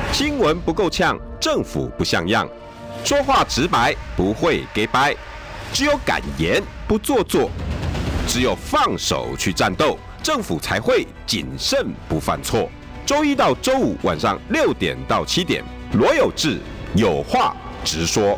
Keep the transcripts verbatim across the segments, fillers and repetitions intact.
新闻不够呛，政府不像样，说话直白，不会给掰，只有敢言不做作，只有放手去战斗，政府才会谨慎不犯错。周一到周五晚上六点到七点，罗有志有话直说。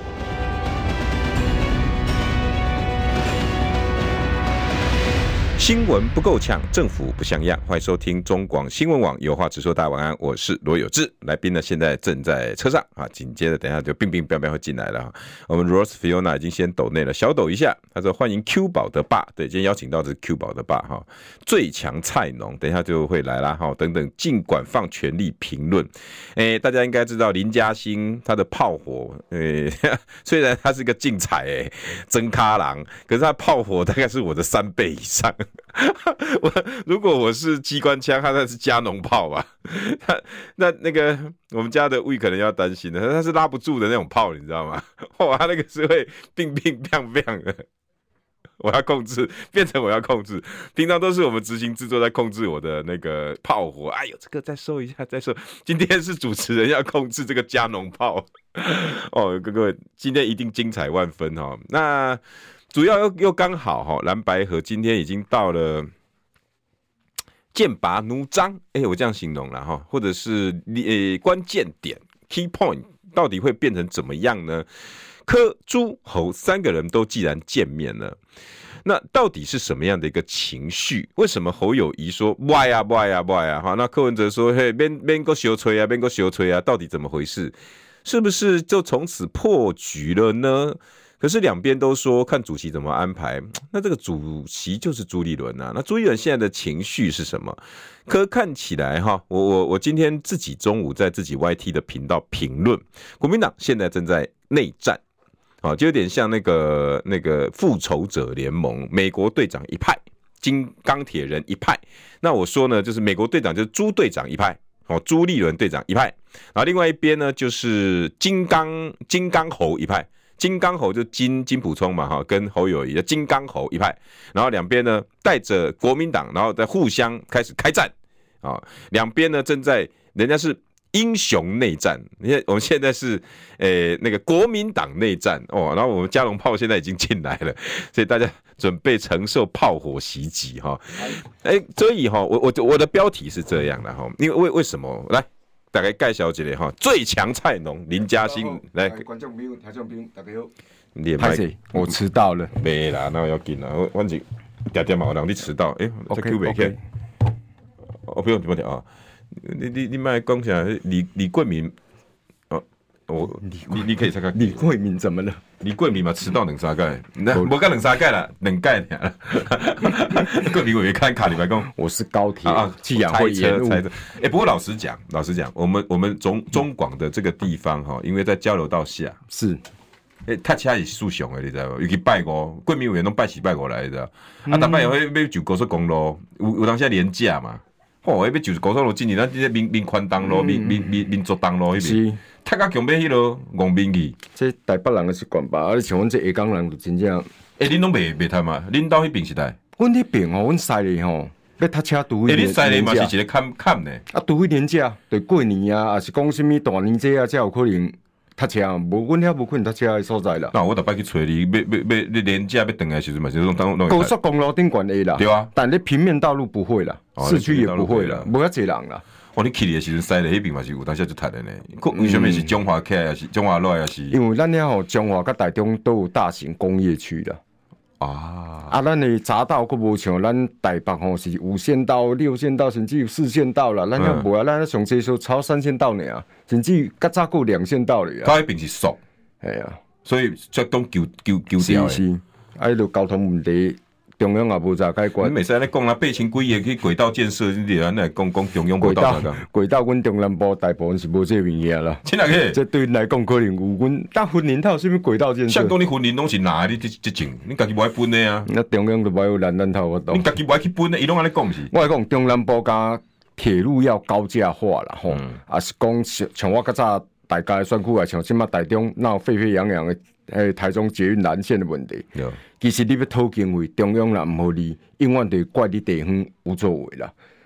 新闻不够呛，政府不像样。欢迎收听中广新闻网有话直说，大家晚安，我是罗有志。来宾呢现在正在车上啊，紧接着等一下就冰冰彪彪会进来了。我们 Rose Fiona 已经先抖内了，小抖一下，他说欢迎 Q 宝的爸，对，今天邀请到的是 Q 宝的爸哈，最强菜农，等一下就会来啦哈，等等，尽管放全力评论。哎，大家应该知道林嘉欣他的炮火，哎，虽然他是个竞彩哎，真咖郎，可是他炮火大概是我的三倍以上。我如果我是机关枪，他那是加农炮吧？那那个我们家的胃可能要担心的，他是拉不住的那种炮，你知道吗？哇，他那个是会乒乒乓乓的。我要控制，变成我要控制。平常都是我们执行制作在控制我的那个炮火。哎呦，这个再收一下，再收。今天是主持人要控制这个加农炮。哦，各位，今天一定精彩万分哈。那主要又又刚好哈，蓝白合今天已经到了剑拔弩张，哎、欸，我这样形容了哈，或者是呃关键点 key point 到底会变成怎么样呢？柯、朱、侯三个人都既然见面了，那到底是什么样的一个情绪？为什么侯友宜说不爱啊不爱啊不爱啊？哈，那柯文哲说嘿，别别个小吹啊，别个小吹啊，到底怎么回事？是不是就从此破局了呢？可是两边都说看主席怎么安排，那这个主席就是朱立伦啊。那朱立伦现在的情绪是什么？可看起来哈，我我我今天自己中午在自己 Y T 的频道评论，国民党现在正在内战，啊，就有点像那个那个复仇者联盟，美国队长一派，金钢铁人一派。那我说呢，就是美国队长就是朱队长一派，哦，朱立伦队长一派，然后另外一边呢就是金刚金刚侯一派。金刚侯就金金溥聪嘛哈，跟侯友宜的金刚侯一派，然后两边呢带着国民党，然后再互相开始开战啊，两边呢正在人家是英雄内战，你看我们现在是诶、欸、那个国民党内战哦，然后我们加农炮现在已经进来了，所以大家准备承受炮火袭击哈，哎、欸，所以哈，我我我的标题是这样的哈，因为为为什么来？大概介绍一下哈，最强菜农林嘉欣来。 观众朋友、听众朋友，大家好。 拍摄，我迟到了。 没啦，那我要紧啦，我反正点点嘛，我让你迟到。哎、欸，这 Q 不起。哦，不用不用啊，你你你卖讲下李李桂明，哦，我你你可以参加。 李桂明怎么了？ 李桂明嘛，迟到两三届，那无干两三届啦，两届尔。桂明我没看卡里白讲， 我是高铁啊，既然会延误。 哎、欸，不过老实讲，老实讲，我们我们中中广的这个地方哈，因为在交流道下是， 哎、欸，他其他也是属熊的，你知道吗？尤其拜五，桂明委员都拜四拜五来的，嗯、啊，大摆也会要就高速公路，有有当时廉价嘛。哦，迄要就是高速路，今年咱这民民宽东路、民民民民族东路迄边，太甲强要迄落昂兵去。 这台北人的习惯吧，啊，像阮这下港人就真正， 诶、欸，恁拢袂袂贪嘛？恁兜迄边是台？ 阮迄边吼，阮西里吼，要读车拄迄年。诶、欸，恁西里嘛是一个坎坎呢？ 啊，拄迄年假，对过年啊，也是讲什么大年节啊，才有可能读车，无阮遐无可能读车的所在啦。 那我逐摆去找你，要要要你年假要等的时阵嘛，是种当高速公路顶管会啦，对啊，但你平面道路不会啦。市区也不会了，无遐济人啦。 哦，你去的时阵，西里迄边嘛是有当时就踢的呢。为什么是中华客还是中华路还是？ 因为咱遐吼中华甲台中都有大型工业区啦。 啊， 啊，咱的匝道佫无像咱台北吼是五线道、六线道，甚至有四线道啦。咱遐无啊，咱上济数超三线道尔，甚至较早佫有两线道咧。 他迄边是熟， 系啊， 所以才当纠纠纠掉的。是是，啊，迄个交通问题。中央也无咋解决。 你袂使咧讲啦，八千几亿去轨道建设，你咱来讲讲中央无到啥个。 轨道，阮中南部大部分是无这物件啦。 真的个？ 这对因来讲可能有阮，但婚林它有啥物轨道建设？ 像讲你婚林拢是哪你这这种，你家己无爱分的啊？ 那中央就无有咱咱头我你家己无爱去分的，伊拢安尼讲是？ 我来讲中南部加铁路要高架化啦，吼，嗯、也是讲像我较早大家的选区啊，像即马台中闹沸沸扬扬的。诶，台中捷运蓝线的问题，其实你要讨经费，中央啦唔好你，永远就怪你地方有作为啦。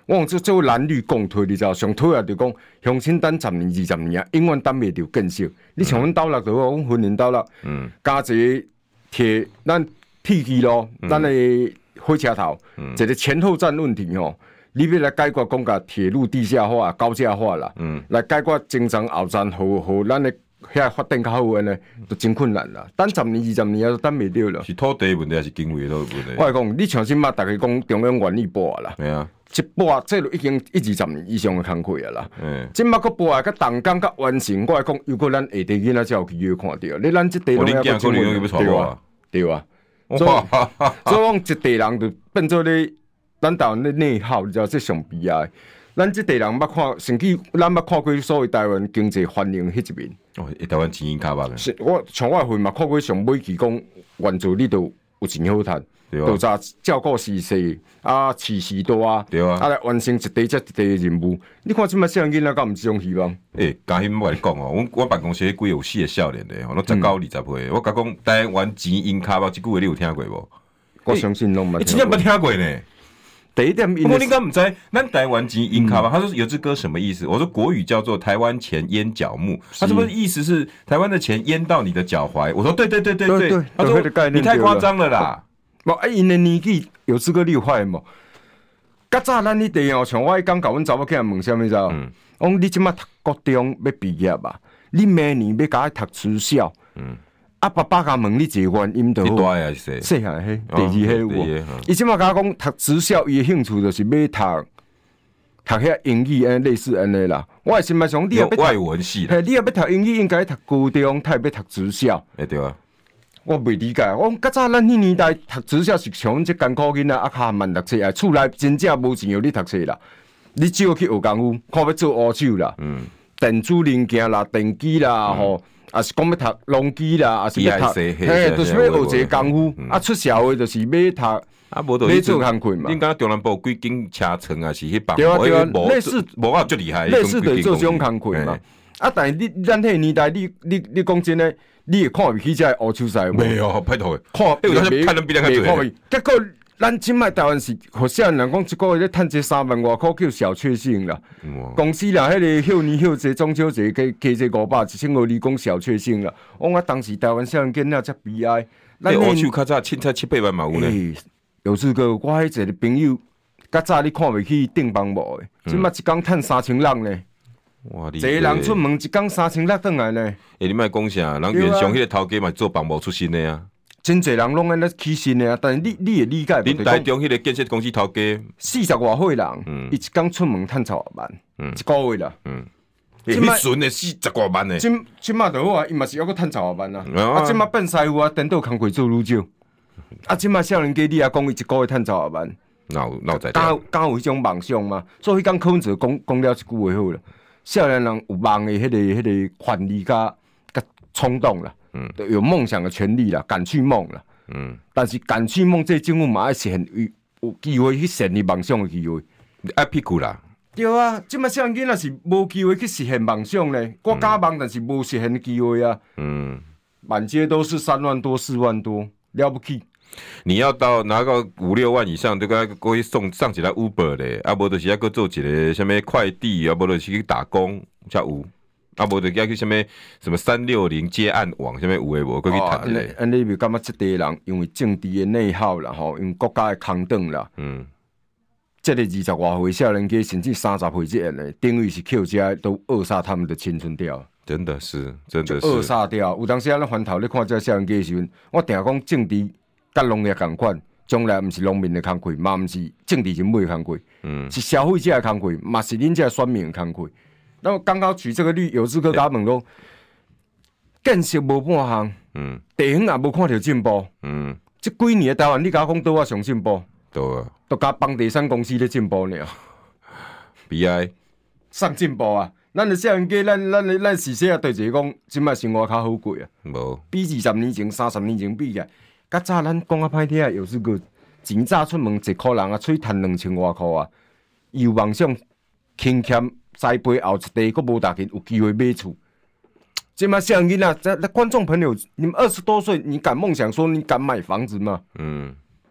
我用这做蓝绿共推，你知道？上推啊，就讲乡亲等十年、二十年啊，永远等袂到建设。你像阮斗六就好，阮婚姻斗六，嗯，加一个铁，咱铁机咯，咱的火车头，嗯、一个前后站问题吼。你要来解决讲甲铁路地下化、高架化啦，嗯，来解决精城后站和和咱的遐发展较好安尼，都真困难啦。等十年、二十年啊，都等袂到啦。 是土地问题还是经费的问题？ 我讲，你像即马大家讲中央愿意拨啦， 系啊， 一拨这就已经一二十年以上的工课啊啦。嗯，即马搁拨啊，甲动工甲完成，我讲，如果咱下地囡仔才有机会看到，你咱即地拢要个经费，对啊，对啊。所以，所以讲一地人就变做咧。咱台湾的内耗，你知道这上悲哀。咱这地人捌看，甚至咱捌看过所谓台湾经济繁荣迄一面。 哦，台湾钱因卡巴个。 是我像我会嘛看过上尾期讲，原做你都有钱好趁，就早照顾时势啊，饲时多啊， 对啊， 啊来完成一地接一地的任务。你看即摆少年囡仔敢毋这种希望？ 诶、欸，嘉欣我甲你讲哦，阮我办公室迄几有四个少年的，拢十九二十岁。我甲讲台湾钱因卡巴，即句话你有听过无？ 我相信拢嘛。 你真正捌听过呢？ 第一点， 不过你刚不知道，咱台湾钱因卡巴，他说有支歌什么意思？我说国语叫做台湾钱淹脚目，他是不是意思是台湾的钱淹到你的脚踝？我说对对对对对，对他说你太夸张了啦。 无啊，因的年纪有资格你有发现无？较早咱迄地哦，像我迄讲甲阮查某囝问啥物事？嗯，我讲你即马读国中要毕业啊，你明年要甲伊读私校，嗯。啊，爸爸甲问你一个原因就好。 你大个还是细？ 细汉迄第二迄有。伊即马甲我讲读职校，伊的兴趣就是要读读遐英语安类似安尼啦。我的心内想，你也要读外文系， 嘿，你也要读英语，应该读高中，他也要读职校。 哎对啊， 我袂理解。我较早咱迄年代读职校是像阮这艰苦囡仔啊，较慢读册啊，厝内真正无钱互你读册啦。你只好去学功夫，看要做乌手啦，嗯，电子零件啦，电机啦，吼。啊是讲要读农机啦，啊是要读，嘿，就是要学一个功夫。啊，出社会就是要读， 啊，无就要做工课嘛。 恁讲中南部几间车厂啊，是迄帮， 对啊对啊，类似无啊最厉害， 类似的做这种工课嘛。啊，但是你咱迄个年代，你你你讲真诶，你会看不起这欧洲赛无？ 没有，歹徒诶， 看， 因为他看人比咱较多。 结果。咱即摆台湾是，互少年人讲一个月咧趁这三万外箍叫小确幸啦。嗯、公司啦，迄、那个休年休节、中秋节加加这五百，一千五你讲小确幸啦。我讲当时台湾少年囡仔才悲哀。 咱欧洲较早凊彩七八万嘛有咧。 欸、有志哥，我迄一个朋友，较早你看袂起订房无诶，即摆、嗯、一工趁三千六呢。哇！一个人出门一工三千六转来呢。诶、 欸，你莫讲啥，人原上迄个头家嘛做房务出身的啊。 真侪人拢安尼起薪的啊，但是你你会理解？ 恁台中迄个建设公司头家四十外岁人，伊、嗯、一工出门趁十外万，嗯、一个月啦。嗯， 迄阵的四十外万呢？ 今今嘛就好啊，伊嘛是还阁趁十外万啊。啊，今嘛变师傅啊，颠倒工课做愈少。啊，今嘛少年家你也讲伊一个月趁十外万， 哪有哪有在？ 敢敢有迄种梦想吗？所以讲柯文哲讲讲了一句话好了，少年人有梦的迄、那个迄、那个权利甲甲冲动啦。嗯，有梦想的权利啦，敢去梦啦。嗯，但是敢去梦，这政府嘛要实现有有机会去实现梦想的机会， 爱屁股啦。 对啊，即摆少年囡仔是无机会去实现梦想咧。我假梦，但是无实现的机会啊。嗯，满街都是三万多、四万多，了不起。 你要到拿到五六万以上，就该过去送上起来 Uber 咧，啊，无就是要搁做一个什么快递，啊，无就是去打工才有。啊，无就叫去什么什么三六零接案网，什么有诶无，过去谈咧。 安尼就感觉即地人因为政治的内耗啦，吼，因为国家的空档啦，嗯，即个二十外岁少年家，甚至三十岁这样的，等于是扣家都扼杀他们的青春掉。 真的是，真的是扼杀掉。有当时啊，咱翻头咧看这少年家的时阵，我定讲政治甲农业共款，将来毋是农民的工课，嘛毋是政治人物的工课，嗯，是消费者的工课，嘛是恁这选民的工课。那刚刚举这个例，有志哥甲问讲，建设无半项，嗯，地方也无看到进步，嗯，这几年的台湾，你甲我讲倒啊上进步， 倒啊， 都甲帮地产公司咧进步尔， 悲哀， 上进步啊！咱的少年家，咱咱的咱时势啊，对一个讲，即摆生活较好过啊， 无比二十年前、三十年前比起来，较早咱讲啊歹听啊，有志哥钱早出门一箍人啊，出去赚两千外箍啊，有梦想轻欠。栽培后一代，佫无大家有机会买厝。这嘛像囡仔，这观众朋友，你们二十多岁，你敢梦想说你敢买房子吗？嗯，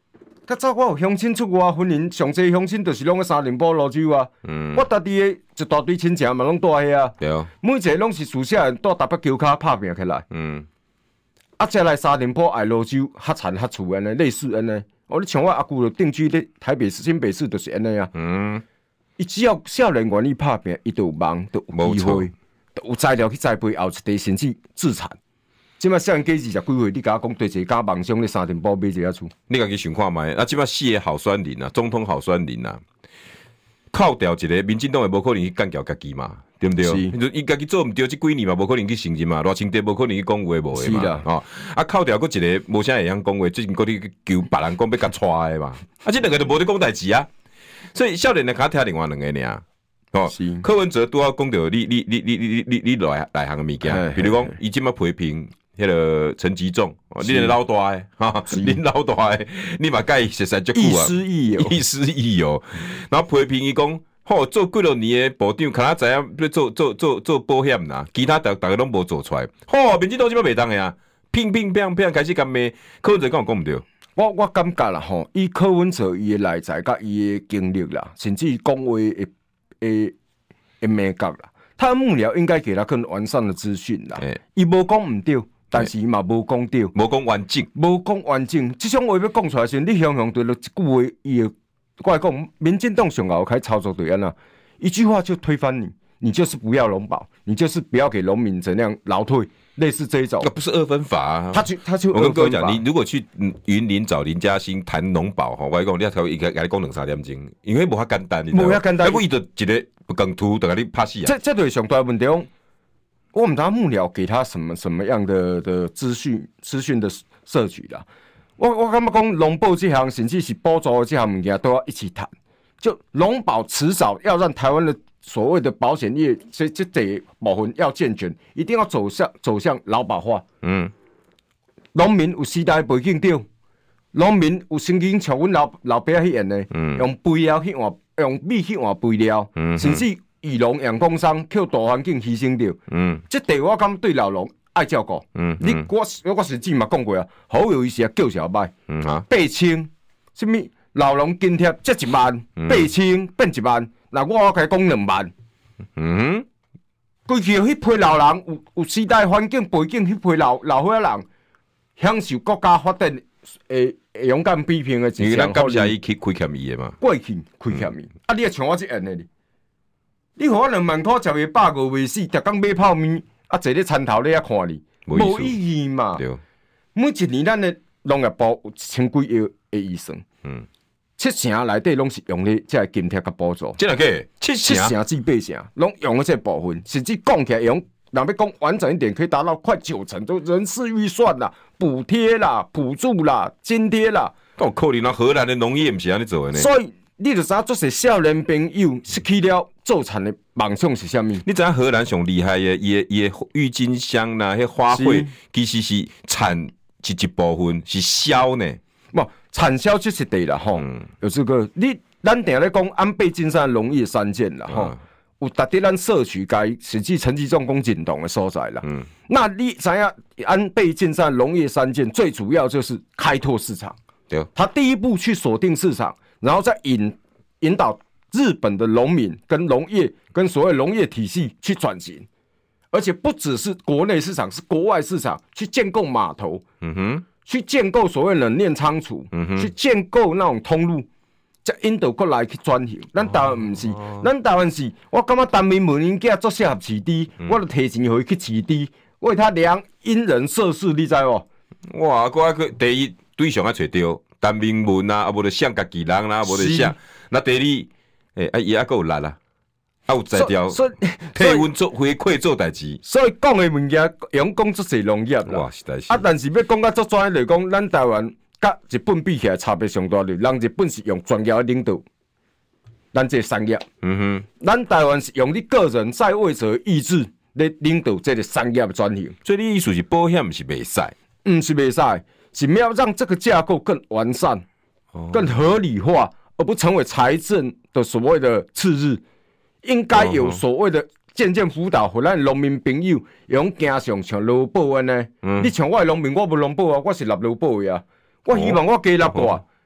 较早我有乡亲出外婚姻，上济乡亲就是拢喺沙林堡泸州啊。嗯、我家己的一大堆亲戚嘛拢住遐啊。对、哦。每一个拢是属下人住台北桥骹拍拼起来。嗯。啊，再来沙林堡爱泸州，较田较厝安尼，类似安尼。哦，你像我阿舅就定居咧台北市、新北市，就是安尼啊。嗯。伊只要少年愿意拍拼，伊就有梦，就有机会，就有材料去栽培后一代甚至自产。即摆少年家二十几岁，你甲我讲对一个家梦想咧三田堡买一下厝， 你家己想看卖？啊，即摆四个候选人啊，总统候选人啊，扣掉一个，民进党也无可能去干掉家己嘛，对不对？伊家己做唔对，即几年嘛，无可能去承认嘛，偌清地无可能去讲话无的嘛。哦，啊，扣掉佫一个，无啥会晓讲话，最近佫去求别人讲要甲带的嘛，啊，即两个就无得讲代志啊。所以少年人较听另外两个尔，哦，柯文哲拄好讲到你你你你你你你内内行的物件，比如讲伊即摆批评迄个陈吉仲，你个老大诶，哈，恁老大诶，你嘛甲伊熟识足久啊，亦师亦友， 亦师亦友。然后批评伊讲，吼，做几落年诶部长，看他知影要做做做做保险啦，其他逐逐个拢无做出来，吼，民进党即摆袂当诶啊，乒乒乓乓开始干咩？柯文哲讲讲毋对。 我我感觉啦吼，以柯文哲伊的内在甲伊的经历啦，甚至于讲话的的的美感啦，他的幕僚应該給他更完善的資訊啦。伊無講唔對，但是伊嘛無講對， 無講完整， 無講完整。這種話要講出來時，你想想對了一句話，伊我來講，民進黨上後開操作對安啦，一句話就推翻你，你就是不要農保，你就是不要給農民怎樣勞退。類似這一種， 那不是二分法啊！ 他就他就我跟各位講，你如果去雲林找林佳馨談農保，哈，我跟你講，你要調一個，給你講兩三點鐘，因為無遐簡單，你知道嗎？無遐簡單，因為伊就一個不更圖，就給你拍死啊！ 這這對上大問題，我唔知道幕僚給他什麼什麼樣的的資訊資訊的攝取啦。我我感覺講農保這項，甚至是補助這項物件都要一起談。就農保遲早要讓台灣的。所謂的保險業，這這這部分要健全，一定要走向走向勞保化。嗯，農民有時代背景對，農民有曾經像阮老老爸迄樣的，嗯、用肥料去換，用米去換肥料，嗯、甚至漁農養工商，靠大環境犧牲掉。嗯，這地我感對老農愛照顧。嗯，你我我實際嘛講過啊，好有意思啊，叫小擺。嗯啊，八千，什麼老農津貼這一萬，八千變一萬。那我甲伊講兩萬，嗯，規氣迄批老人有有時代環境背景，迄批老老歲人享受國家發展誒勇敢批評的一項。 咱感謝伊去虧欠伊的嘛， 過去虧欠伊。啊，你也像我這樣的，你互我兩萬塊，食個飽餓未死，逐工買泡麵，啊坐咧餐頭咧遐看你，無意義嘛。每一年咱的農業部有一千幾億的預算。嗯。七成內底攏是用咧即個津貼甲補助， 真係嘅，七成至八成攏用咗這部分，甚至講起來用，若要講完整一點，可以達到快九成，都人事預算啦、補貼啦、補助啦、津貼啦。 咁可能啊，荷蘭的農業唔是安尼做嘅呢。 所以你就知影，做些少年朋友失去了做田的夢想是啥物？ 你知影荷蘭上厲害嘅，伊伊鬱金香啦，迄花卉其實是產一一部分是銷呢。 不，產銷這是對啦，吼、嗯，有這個你，咱定咧講安倍晉三農業三件啦，吼、嗯，有達到咱社區該實際陳吉仲講認同的所在啦。嗯，那你知影安倍晉三農業三件最主要就是開拓市場， 對， 他第一步去鎖定市場，然後再引引導日本的農民跟農業跟所謂農業體系去轉型，而且不只是國內市場，是國外市場去建構碼頭。嗯哼。去建構所謂冷鏈倉儲，嗯、去建構那種通路，再引導過來去轉型。咱台灣唔是，咱台灣是，我感覺陳明文因囝做適合市地，嗯、我就提錢互伊去市地，為他量因人設事，你知無？ 哇！我個第一對象要找到陳明文啊，啊無就想家己人啦，無就想。那第二，誒、欸，啊伊還佫有力啦。啊，有才調，替阮做回饋做代志。 所以講嘅物件，用講做些農業啦。哇，實在是。啊，但是要講到做專業嚟講，咱台灣甲日本比起來差別上大了。人日本是用專業嘅領導，咱這商業。嗯哼。咱台灣是用你個人在位者意志來領導這個商業嘅轉型。 所以你意思是保險是袂使， 唔是袂使，是要讓這個架構更完善、哦、更合理化，而不成為財政的所謂的次日。應該有所謂的漸漸輔導，互咱農民朋友用行上像勞保安尼。嗯、你像我係農民，我無勞保啊，我是納勞保的啊。我希望我加納過，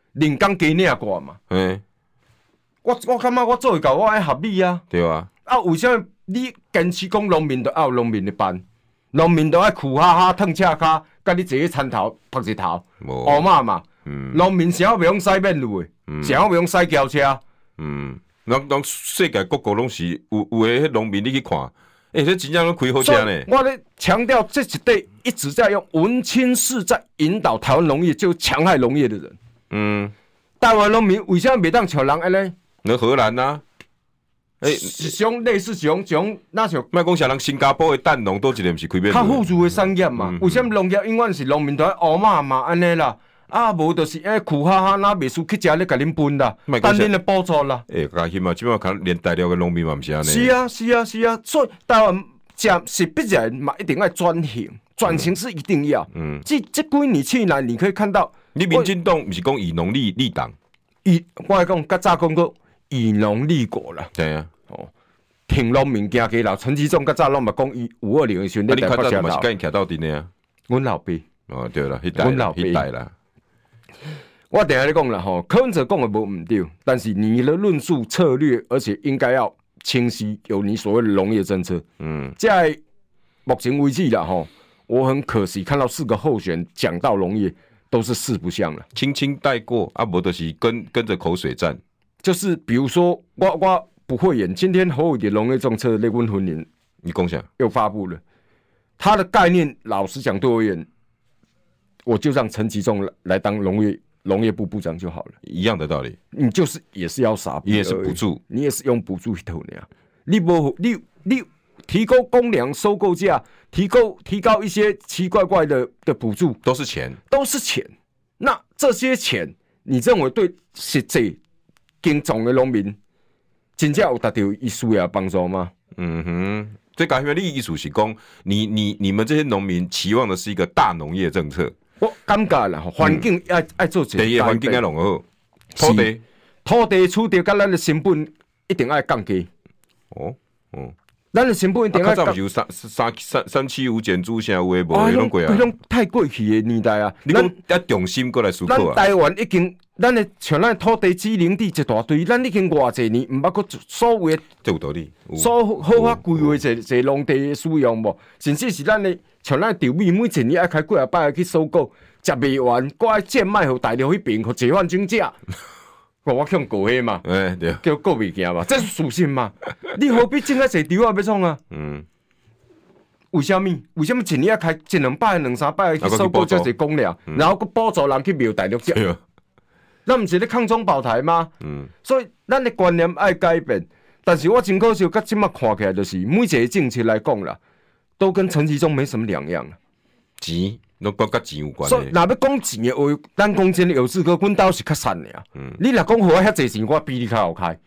人工加领挂嘛。 嗯， 我我感觉我做会到，我爱合理啊。 对啊。 啊，为什么你坚持讲农民就要有农民的班？农民都爱苦哈哈、腾车卡，甲你坐喺餐头拍一头，乌嘛嘛。嗯，农民啥袂用驶免路的，啥袂用驶轿车。 嗯，人人世界各国拢是有有诶，农民你去看，诶、欸，这真正拢开好车呢。 我咧强调，这一对一直在用文青式在引导台湾农业，就强害农业的人。嗯，台湾农民为什么袂当像人安尼？ 那荷兰啊。 诶、欸，是种类似种种那像， 莫讲像人新加坡的蛋农都一个毋是开免。 较富足的产业嘛，嗯、为什么农业永远是农民都爱乌嘛嘛安尼啦？啊，无就是诶苦哈哈，那袂输去食咧，甲恁分啦，等恁咧补助啦。 诶、欸，加起嘛，即摆可能连大陆的农民嘛毋是安尼。 是啊，是啊，是啊，所以台湾食是必然嘛，一定要转型，转型是一定要。嗯，这这几年去来，你可以看到， 你民进党毋是讲以农立立党， 以我来讲，较早讲过以农立国啦。 对啊， 哦，挺农民行街啦，陈其忠较早拢嘛讲以五二零的时阵， 你看到嘛是跟伊徛到顶的啊。 阮老爸。 哦，对啦，迄代，迄代啦。 我等下咧讲啦吼，柯文哲讲的无唔对，但是你的论述策略，而且应该要清晰，有你所谓的农业政策。嗯，在目前为止啦吼，我很可惜看到四个候选讲到农业都是四不像了， 轻轻带过啊，无就是跟跟着口水战。 就是比如说，我我不会演，今天侯友宜的农业政策那温婚年， 你共享又发布了，他的概念，老实讲对我而言，我就让陈其仲来当农业。农业部部长就好了， 一样的道理。 你就是也是要撒币， 也是补助， 你也是用补助去投呢。你不你你提高公粮收购价，提高提高一些奇怪怪的的补助， 都是钱， 都是钱。那这些钱，你认为对实际耕种的农民，真正有达到伊需要帮助吗？ 嗯哼，这改变利益属是讲，你你你们这些农民期望的是一个大农业政策。 我感觉啦，环境爱爱做一个改变， 第一环境要弄好，土地土地取得甲咱的成本一定要降低。 哦哦， 咱的成本一定要降。 啊，有三三三三七五减租，现在有诶无诶拢贵啊， 迄种太过去的年代啊。 你讲要重新过来思考啊。 咱台湾已经，咱的像咱土地机林地一大堆，咱已经偌济年，毋包括所有的， 这有道理。 所好法规划一一农地的使用无，甚至是咱的。像咱稻米每一年爱开几啊摆去收购，食袂完，搁爱贱卖互大陆迄边，互解放军食。我向过迄嘛， 哎对， 叫过物件嘛，这是属性嘛。你何必种啊侪稻啊要创啊？嗯，为什么？为什么一年爱开一两摆、两三摆去收购这些公粮，嗯、然后搁补助人去苗大陆食？咱毋是咧抗中保台吗？嗯，所以咱的观念爱改变。但是我真可惜，甲即马看起来就是每一个政策来讲啦。都跟陈其中没什么两样啊， 钱都跟跟钱有关。 所以，若要讲钱的话，咱讲真的有志哥，阮倒是较善的啊。嗯、你若讲互我遐济钱，我比你较好开。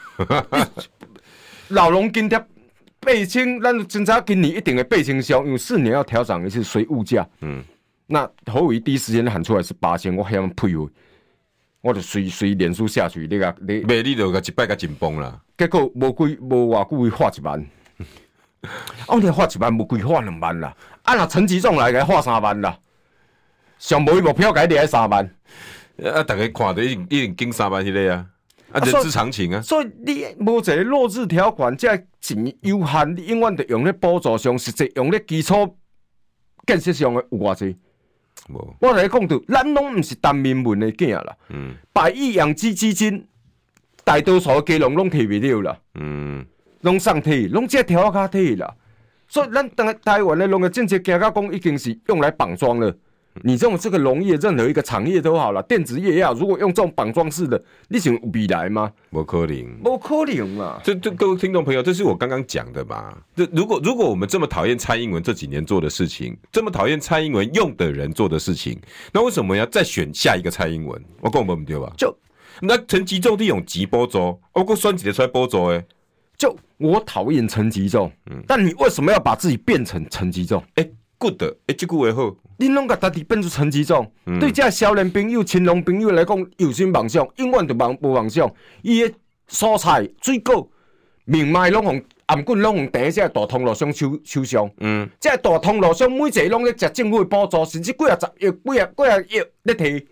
老农津贴八千，咱真早今年一定会八千销，因为四年要调整一次随物价。嗯，那侯友宜第一时间喊出来是八千，我遐佩服，我就随随脸书下去，你个你， 卖你就个一摆个紧绷啦。 结果无几无偌久，伊花一万。哦，你花一万，无贵花两万啦。啊，若陈其仲来，该花三万啦。上无目标，该来三万。 啊，大家看到一定一定经三万迄个啊，啊，人之常情啊。 所以你无一个落日条款，这钱有限，你永远就用咧补助上，实际用咧基础建设上的有偌济。无，我来讲到，咱拢毋是单面文的囝啦。嗯。百亿养鸡基金，大多数的家农拢摕袂了啦。嗯。拢上体，拢这条卡体啦，所以咱台台湾的农业政策行到讲已经是用来绑桩了。你这种这个农业任何一个产业都好了，电子业也好，如果用这种绑桩式的，你想有未来吗？ 不可能， 不可能嘛！ 这这各位听众朋友，这是我刚刚讲的嘛。这如果如果我们这么讨厌蔡英文这几年做的事情，这么讨厌蔡英文用的人做的事情，那为什么要再选下一个蔡英文？我讲不对吧？ 就那陈其仲利用钱补助，我搁选一个出来补助诶。 就我讨厌陈其仲，嗯，但你为什么要把自己变成陈其仲？ 哎、欸、，good， 哎、欸，这句话好， 你拢把自己变成陈其仲，嗯、对这少年朋友、青农朋友来讲，有心梦想，永远就梦无梦想。伊的蔬菜、水果、命脉拢红，颔棍拢红，第一只大通路商手手上，嗯，这大通路商每一个拢咧食政府的补助，甚至几啊十亿、几啊几啊亿咧提。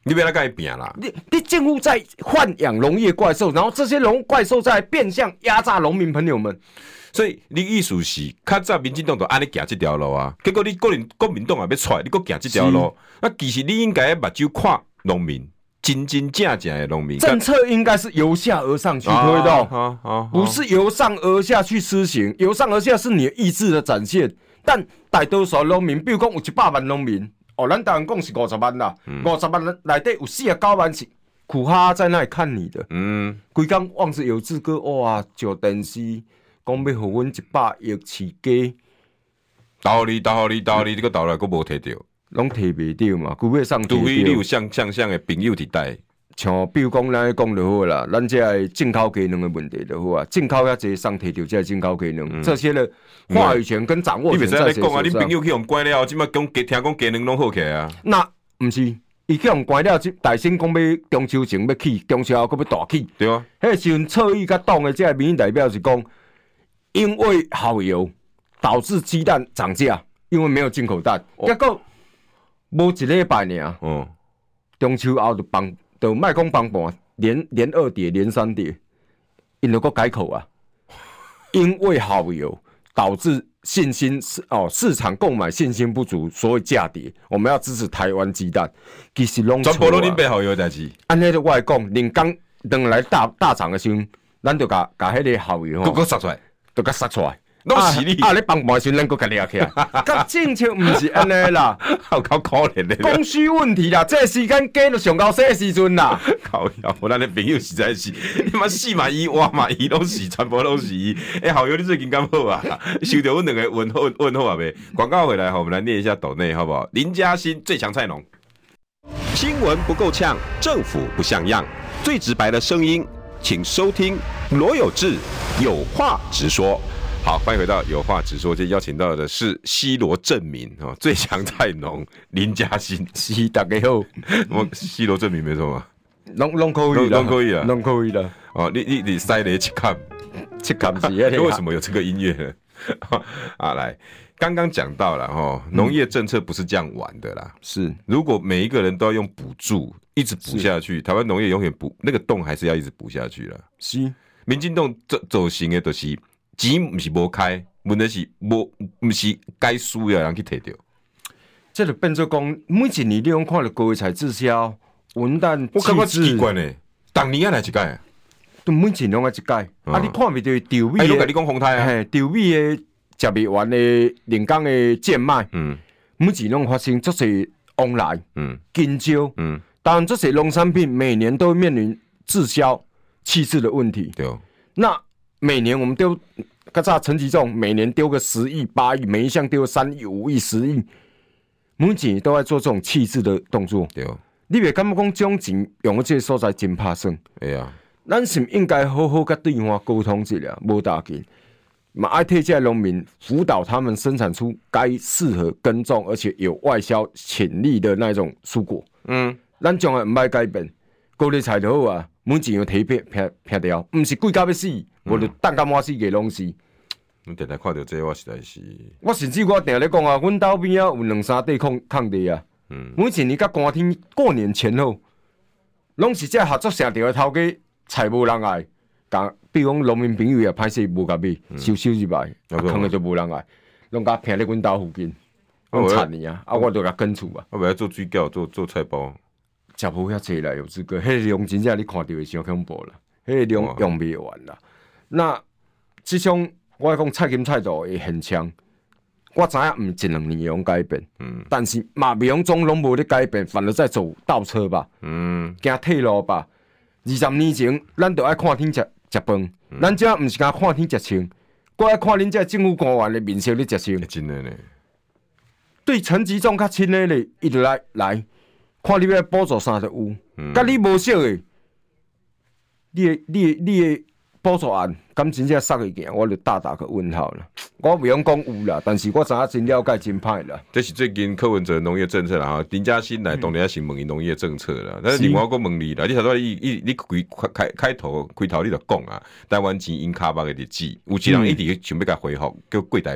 你不要来跟他拼啦！ 你你政府在豢养农业怪兽，然后这些农怪兽在变相压榨农民朋友们。 所以你意思是，较早民进党就安尼行这条路啊，结果你个人国民党也要出来，你搁行这条路，那其实你应该目睭看农民，真真正正的农民。 政策应该是由下而上去推动，啊啊啊、不是由上而下去施行。由上而下是你的意志的展现，但大多数农民，比如讲有一百万农民，哦，咱台湾讲是五十万啦，五十、嗯、万内底有四十九万是苦哈哈在那里看你的，嗯，规工望着有志哥哇，上电视。讲要互阮一百亿饲鸡， 道理道理道理，这个道理佫无摕到， 拢摕袂到嘛。除非上摕到， 除非你有像像像的朋友伫带， 像比如讲咱讲就好啦，咱这个进口鸡卵的问题就好啊。进口遐济上摕到这进口鸡卵，嗯、这些的话语权跟掌握权在谁手上？你袂使讲啊！你朋友去用关了，即摆讲听讲鸡卵拢好起来啊。那毋是，伊去用关了，大声讲要中秋前要起，中秋后佫要大起。对啊，迄个时阵侧翼甲党的这个民意代表是讲。因为耗油导致鸡蛋涨价，因为没有进口蛋，结果无一礼拜尔，嗯，中秋后就放，就卖讲放盘，连连二跌，连三跌，因就搁改口啊。因为耗油导致信心哦市场购买信心不足，所以价跌。我们要支持台湾鸡蛋，其实拢错啊。全部都恁背后有代志。安尼就我来讲，人刚等来大大涨的时候，咱就甲甲迄个耗油吼，搁杀出来。都甲杀出来，拢是你啊！你放盘时，咱搁甲掠起来，甲政策毋是安尼啦，好够可怜的。供需问题啦，这个时间鸡就上到洗的时阵啦。靠呀！我咱的朋友实在是，你妈死嘛伊，活嘛伊，拢是全部拢是伊。哎、欸，好友你最近敢好啊？收到阮两个问候问候啊呗。广告回来哈，我们来念一下斗内好不好？林嘉欣最强菜农，新闻不够呛，政府不像样，最直白的声音。请收听罗有志有话直说。好，欢迎回到有话直说。今天邀请到的是西罗正民哦，最强菜农林嘉欣。是大家好，我西罗正民没错嘛，拢拢可以啦，拢可以啦，拢可以啦。哦，你你你塞雷七坎，七坎是为什么有这个音乐呢？啊，来。刚刚讲到了哈，农业政策不是这样玩的啦。是，如果每一个人都要用补助，一直补下去，台湾农业永远补那个洞还是要一直补下去了。是，民进党走走行的都是钱不是无开，问题是无不是该输的人去摕到。这就变做讲，每一年你用看了国财滞销、文旦、我感觉奇怪呢，当年啊来一届，都每一年拢来一届。啊，你看袂到稻米？哎，我跟你讲风台啊，嘿，稻米的。食未完的人工的贱卖，嗯，每一拢发生足侪往来，嗯，金蕉，嗯，当然这些农产品每年都面临滞销、弃置的问题。对，那每年我们丢，刚才陈吉仲每年丢个十亿、八亿，每一项丢三亿、五亿、十亿，每一年都在做这种弃置的动作。对，你别感觉讲这种钱用在这个所在真拍算。哎呀，咱是应该好好跟对方沟通一下，无大紧。嘛，爱替这农民辅导他们生产出该适合耕种而且有外销潜力的那种蔬果。嗯，咱从来唔爱改变，高丽菜就好啊，每一样提片片片掉，唔是贵到要死，无就蛋干满死个拢是。你定定看到这，我实在是，我甚至我定咧讲啊，阮兜边啊有两三地空空地啊。嗯，每一年甲寒天过年前后，拢是这合作社着的头家菜无人爱。讲，比如讲农民朋友也歹势无甲买，收收入来，坑了就无人爱，拢甲平咧阮兜附近，拢惨你啊！啊，我就甲跟厝啊。我袂做水饺，做做菜包，食无遐济啦，有资格。迄个量真正你看到会伤恐怖啦，迄个量用袂完啦。那即种我讲菜金菜豆会很强，我知影毋一两年用改变，嗯，但是嘛袂用总拢无咧改变，反而在走倒车吧，嗯，行退路吧。二十年前，咱就爱看天食。食饭，咱这毋是甲看天食穿，我爱看恁这政府官员的面色咧食穿。真的呢。对陈吉仲较亲的咧，伊就来来，看你要补助啥就有，甲、嗯、你无熟的，你的你的你的补助案，敢真正杀会行，我就大打个问号了。我袂用讲有啦，但是我知影真了解真歹啦。这是最近柯文哲农业政策啦，林嘉欣来当然先问伊农业政策啦。但是另外我问你啦，你头拄你你你开开开头开头你就讲啊，台湾钱因卡巴的日子，有一人一直想要甲恢复，叫郭台铭。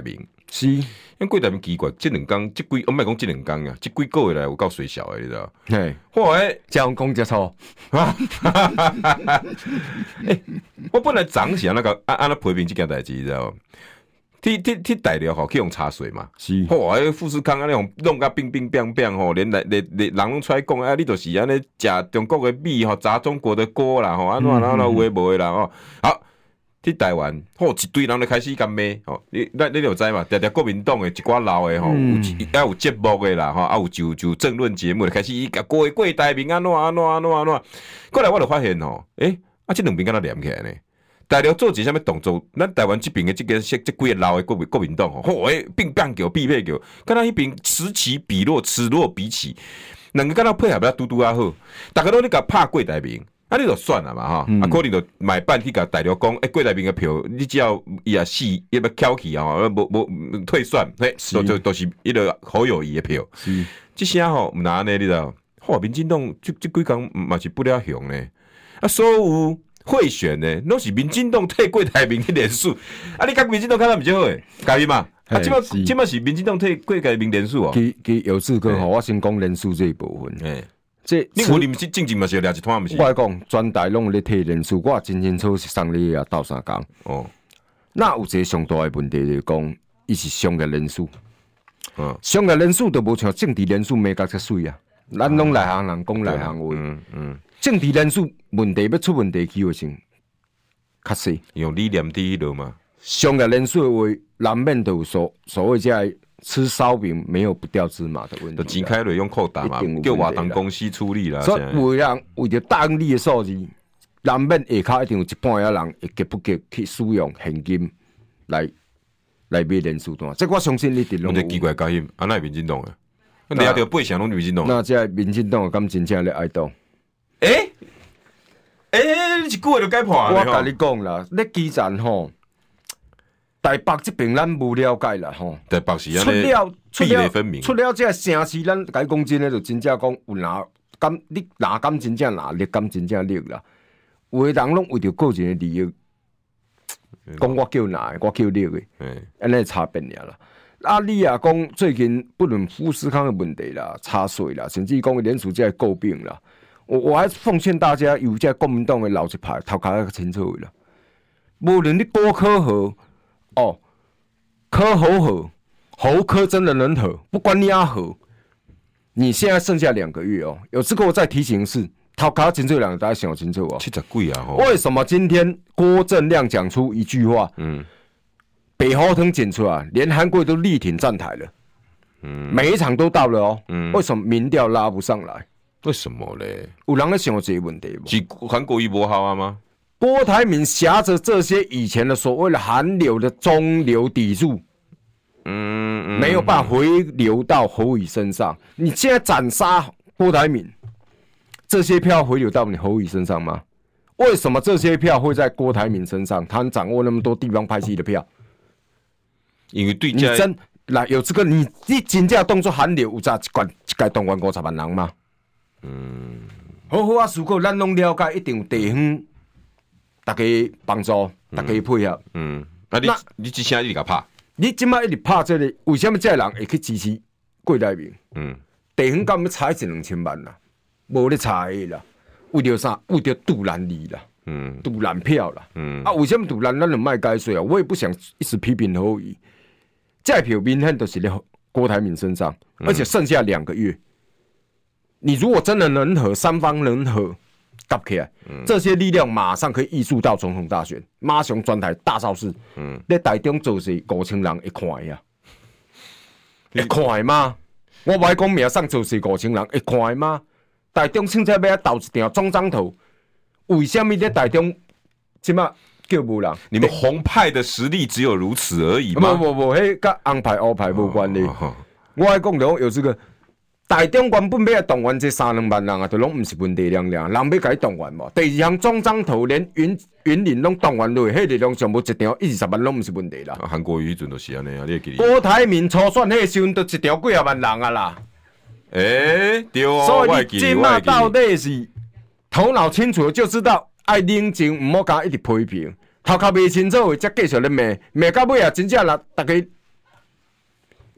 是， 因为过台面奇怪，这两天这几，我莫讲这两天啊，这几个月来有够水小的，你知道？ 嘿， 嚯诶， 这样讲就错啊！欸、我本来昨是安那个安安那批评这件代志，你知道？去去去大陆吼，去用茶水嘛。 是， 嚯！迄富士康安尼用弄甲冰冰冰冰吼，连来连连人拢出来讲啊，你就是安尼食中国的米吼，砸中国的锅啦吼，安怎安怎有诶无诶啦吼。好，去台湾，吼一堆人就开始干骂吼，你咱你就知嘛，常常国民党诶一寡老诶吼，有啊有节目诶啦吼，啊有就就政论节目就开始伊甲过过台面安怎安怎安怎安怎。过来我就发现吼，诶、欸，啊这两边敢若连起来呢。大陆做一啥物动作？咱台湾这边的这个这这几个老的国民国民党吼，吼诶，并棒球、必配球，跟他迄边此起彼落，此落彼起，两个跟他配合要拄拄啊好，大家都你甲拍过台面，啊你就算了嘛哈，嗯、啊可能就买办去甲大陆讲，诶、欸、过台面的票，你只要伊也死，伊要翘起啊，无无退算，嘿，都都都是一个好友谊的票。 是， 这些吼毋拿呢，你知道？吼，民进党这这几工嘛是不了雄呢，啊所有。贿选呢，拢是民进党替过台面的连署，啊！你甲民进党看到毋少诶，嘉义嘛，啊，即摆即摆是民进党替过台面连署哦。 其其有志哥吼，我先讲连署这一部分。诶， 这你无啉是正经嘛是掠一摊，毋是？ 我讲全台拢咧替连署，我真清楚是送你啊斗相共。哦，那有一个上大诶问题就是讲，伊是商业连署。嗯，商业连署都无像政治连署美甲遮水啊，咱拢内行人讲内行话。嗯嗯。政治人数问题要出问题机会性较细， 用理念第一路嘛。 商业人数的话，难免都有所所谓在吃烧饼没有不掉芝麻的问题。 钱开了用扣打嘛，叫华东公司处理啦。 所以为人为着答应你的数字，难免下骹一定有一半仔人会急不急去使用现金来来买人数单。这我相信你定拢有。 奇怪交易，安那民进党的，你也着八成拢民进党。 那这民进党敢真正咧爱党？ 诶诶、欸欸，你一句话就解破了。 我甲你讲啦，你基站吼，台北这边咱无了解啦吼。 台北是出了出了分明， 出了这个城市，咱甲你讲真诶，就真正讲有哪敢你哪敢真正哪力敢真正力啦。有诶人拢为着个人诶利益，讲我叫哪，我叫力诶，安尼差别尔啦。啊，你啊讲最近不论富士康诶问题啦、查税啦，甚至讲联署这诟病啦。我我还奉劝大家，有这国民党的老一派头壳要清楚啦。无论你多科合哦，科猴合，猴科真的能合，不管你阿合，你现在剩下两个月哦。有次我再提醒是，头壳清楚两个大家想清楚哦。 七十几啊！ 为什么今天郭正亮讲出一句话？嗯，北河藤剪出来，连韩国都力挺站台了。嗯，每一场都到了哦。嗯，为什么民调拉不上来？ 为什么嘞？ 有人在想这个问题吗？ 是韩国瑜不好啊吗？ 郭台铭挟着这些以前的所谓的韩流的中流砥柱，嗯，嗯没有办法回流到侯友宜身上。你现在斩杀郭台铭，这些票回流到你侯友宜身上吗？为什么这些票会在郭台铭身上？他掌握那么多地方派系的票， 因为对你真来有这个你你真正当作韩流有咋一管一届动员五十万人吗？嗯，好好啊，如果咱拢了解，一定有地方，大家帮助，大家配合。 嗯，啊你你之前你甲拍， 你即摆一直拍这个，为什么这人会去支持郭台铭？嗯，地方敢要差一两千万啦，无咧差的啦，为着啥？为着杜兰利啦，嗯，杜兰票啦，嗯，啊，为什么杜兰咱就卖解说啊？我也不想一时批评侯友宜，这票明显都是在郭台铭身上，而且剩下两个月。你如果真的能和三方能和搭起来，嗯、这些力量马上可以挹注到总统大选，马上转台大造势。嗯，在台中做事五千人会看呀，会看吗？我唔爱讲明上做事五千人会看吗？台中凊彩要投一条中章头，为什么在台中即马叫无人？ 你们红派的实力只有如此而已吗？ 不不不，迄甲红派黑派无关系。哦、我爱讲的有这个。台中原本要动员这三两万人啊，都拢唔是问题量量，人要甲伊动员嘛。第二项中章头连云云林拢动员落，迄力量上无一条一二十万拢唔是问题啦。 韩国瑜迄阵就是安尼啊，你会记得？ 郭台铭初选迄时阵都一条几啊万人啊啦。 诶、欸，对哦。 所以你即马到底是头脑清楚就知道爱冷静，唔好甲一直批评。头壳未清楚的，则继续咧骂，骂到尾啊，真正啦，大家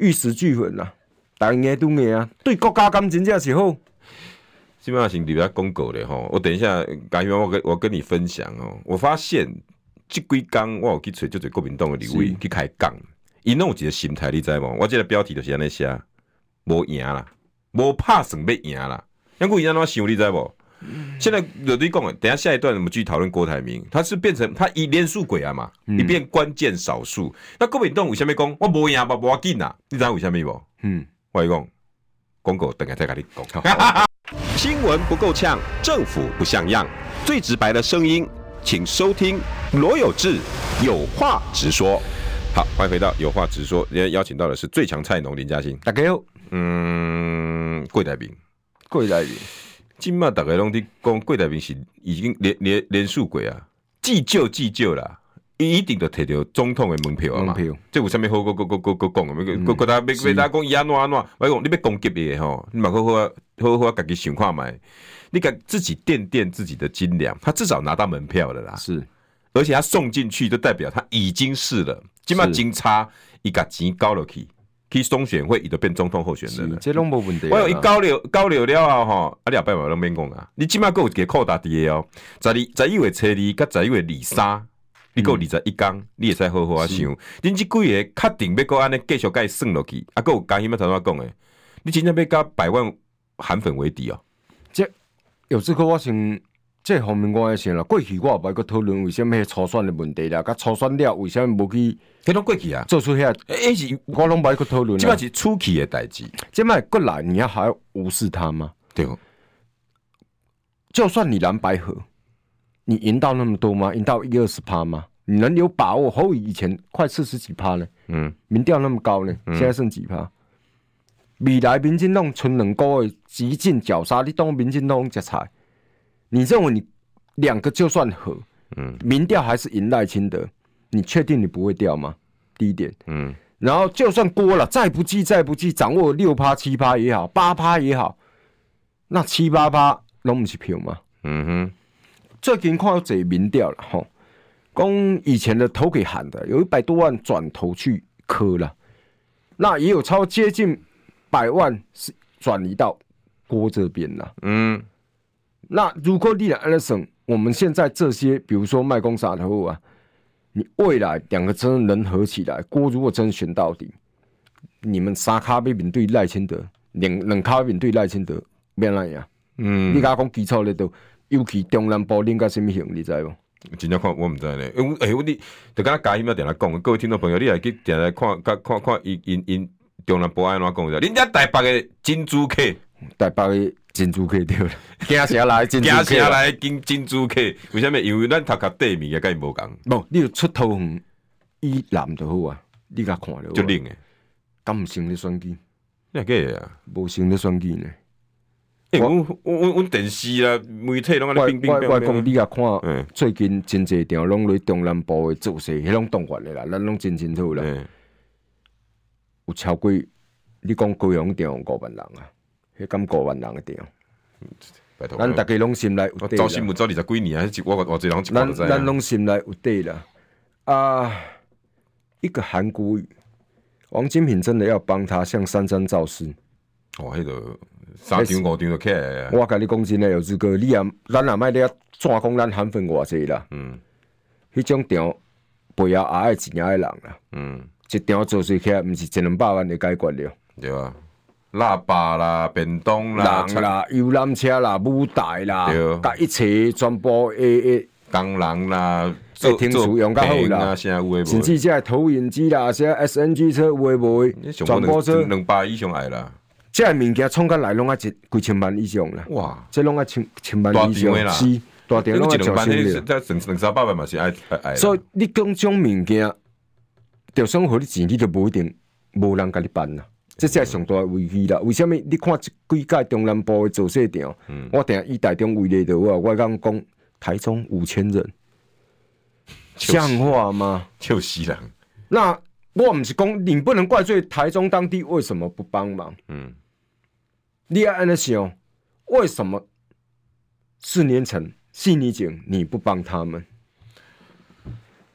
玉石俱焚啊，大家都硬啊，对国家感真正是好。 基本上是你不要公狗的哈，我等一下，改天我跟我跟你分享哦。我发现这几天我有去找就做国民党的立委去开讲，伊弄有一个心态，你知无？我这个标题就是安尼写，无赢啦，无拍算要赢啦。杨国英安怎想，你知无？现在有你讲，等一下下一段我们继续讨论郭台铭，他是变成他以连数鬼啊嘛，一变关键少数。那国民党为什么讲我无赢吧，无要紧啦？你知道为什么无？嗯，我讲公狗等下再跟你讲。新闻不够呛，政府不像样，最直白的声音，请收听罗有志有话直说。好，欢迎回到有话直说。今天邀请到的是最强菜农林嘉欣。 大家好， 嗯，郭台铭， 郭台铭， 今嘛大家拢在讲郭台铭是已经连连连数过啊，祭旧祭旧啦。伊一定就摕到总统的门票啊嘛，这有啥物好？个个个个个讲个，个个大要要大家讲伊安怎安怎？我讲你要攻击伊吼，你嘛好好好好家己想看卖，你敢自己垫垫自己的斤两，他至少拿到门票了啦。 是， 而且他送进去，就代表他已经是了。今嘛金差伊甲钱交落去，去中选会伊就变总统候选人了。 这拢无问题。 我有一交流交流了啊吼，啊两百万拢免讲啊。你今嘛还有一个扣打伫个哦，十二十一月初二，甲十一月二三。你够二十一天，你会使好好啊想。恁即几个确定要够安尼继续甲伊算落去，啊，够有嘉欣要头先讲诶，你真正要甲百万韩粉为敌哦。 这有这个我想，这方面我也想啦。过去我也袂个讨论为什么迄初选的问题啦，甲初选了为什么无去？ 迄拢过去啊， 做出遐，诶是我拢袂个讨论。 即摆是初期的代志， 即摆过来你要还要无视他吗？ 对， 就算你蓝白合。你赢到那么多吗？赢到一二十趴吗？你能有把握？侯以前快四十几趴呢，嗯，民调那么高呢，嗯、现在剩几趴？未来民进党剩两个月极尽绞杀，你当民进党吃菜？你认为你两个就算合，嗯，民调还是赢赖清德，你确定你不会掉吗？第一点，嗯，然后就算过了，再不济再不济，掌握六趴七趴也好，八趴也好，那七八趴拢不是票吗？嗯哼。最近看到这民调了吼，讲以前的投给韩的有一百多万转投去柯了，那也有超接近百万是转移到郭这边了。嗯，那如果你来安省，我们现在这些，比如说卖公啥的话啊，你未来两个真的能合起来，郭如果真选到底，你们三卡要面对赖清德，两两卡要面对赖清德，变哪样？嗯，你甲我讲基础咧都。尤其中南部恁甲什么型，你知无？ 真正看我唔知咧，因为诶，我你就敢嘉欣要定来讲，各位听众朋友，你来去定来看，看看看因因因中南部安怎讲？恁家台北的金珠客， 台北的金珠客对了，惊啥来金珠客？ 惊啥来金金珠客？为什么？因为咱头壳底面也甲伊无共。 无，你就出头远以南就好啊，你甲看了。 就冷诶， 敢毋成咧选举？ 哪个啊？ 无成咧选举呢？ 欸、我我我我电视啦，媒体拢安尼冰冰冰冰。 我讲你甲看，嗯、最近真侪条拢咧中南部的做势，迄种动员的啦，咱拢真清楚啦。嗯、有超过你讲高雄场五万人啊，迄敢五万人的场。 拜托， 咱大家拢心内有底啦。 早新闻早二十几年啊，我我这人一看就知啊。 咱拢心内有底啦。啊，一个韩国语，王金平真的要帮他向珊珊造势。 哦，迄、那个。三张五张就起来啊！ 我甲你讲真诶，有志哥，你也咱也莫咧怎讲咱韩粉偌济啦。嗯，迄种场背后也爱钱仔诶人啦。嗯，一场做出起来，毋是一两百万就解决了。 对啊，喇叭啦、便当啦、 人啦、游览车啦、舞台啦，甲一切全部诶诶， 工人啦， 做听数用较好啦。甚至即个投影机啦、些 S N G 车有诶无诶，转播车两百以上来啦。 这物件创起来拢爱一几千万以上啦！哇，这拢爱千千万以上，是大场拢爱上千了。 这两两三百万嘛是爱爱。 所以你讲种物件，就算互你钱，你就无一定无人甲你办啦。这才是上大危机啦！为什么？你看几届中南部的造势场，嗯、我定以台中为例的话，我刚讲台中五千人，像话吗？ 就是人。 那我不是讲，你不能怪罪台中当地为什么不帮忙。嗯。你要安尼想，为什么四年前、四年前你不帮他们？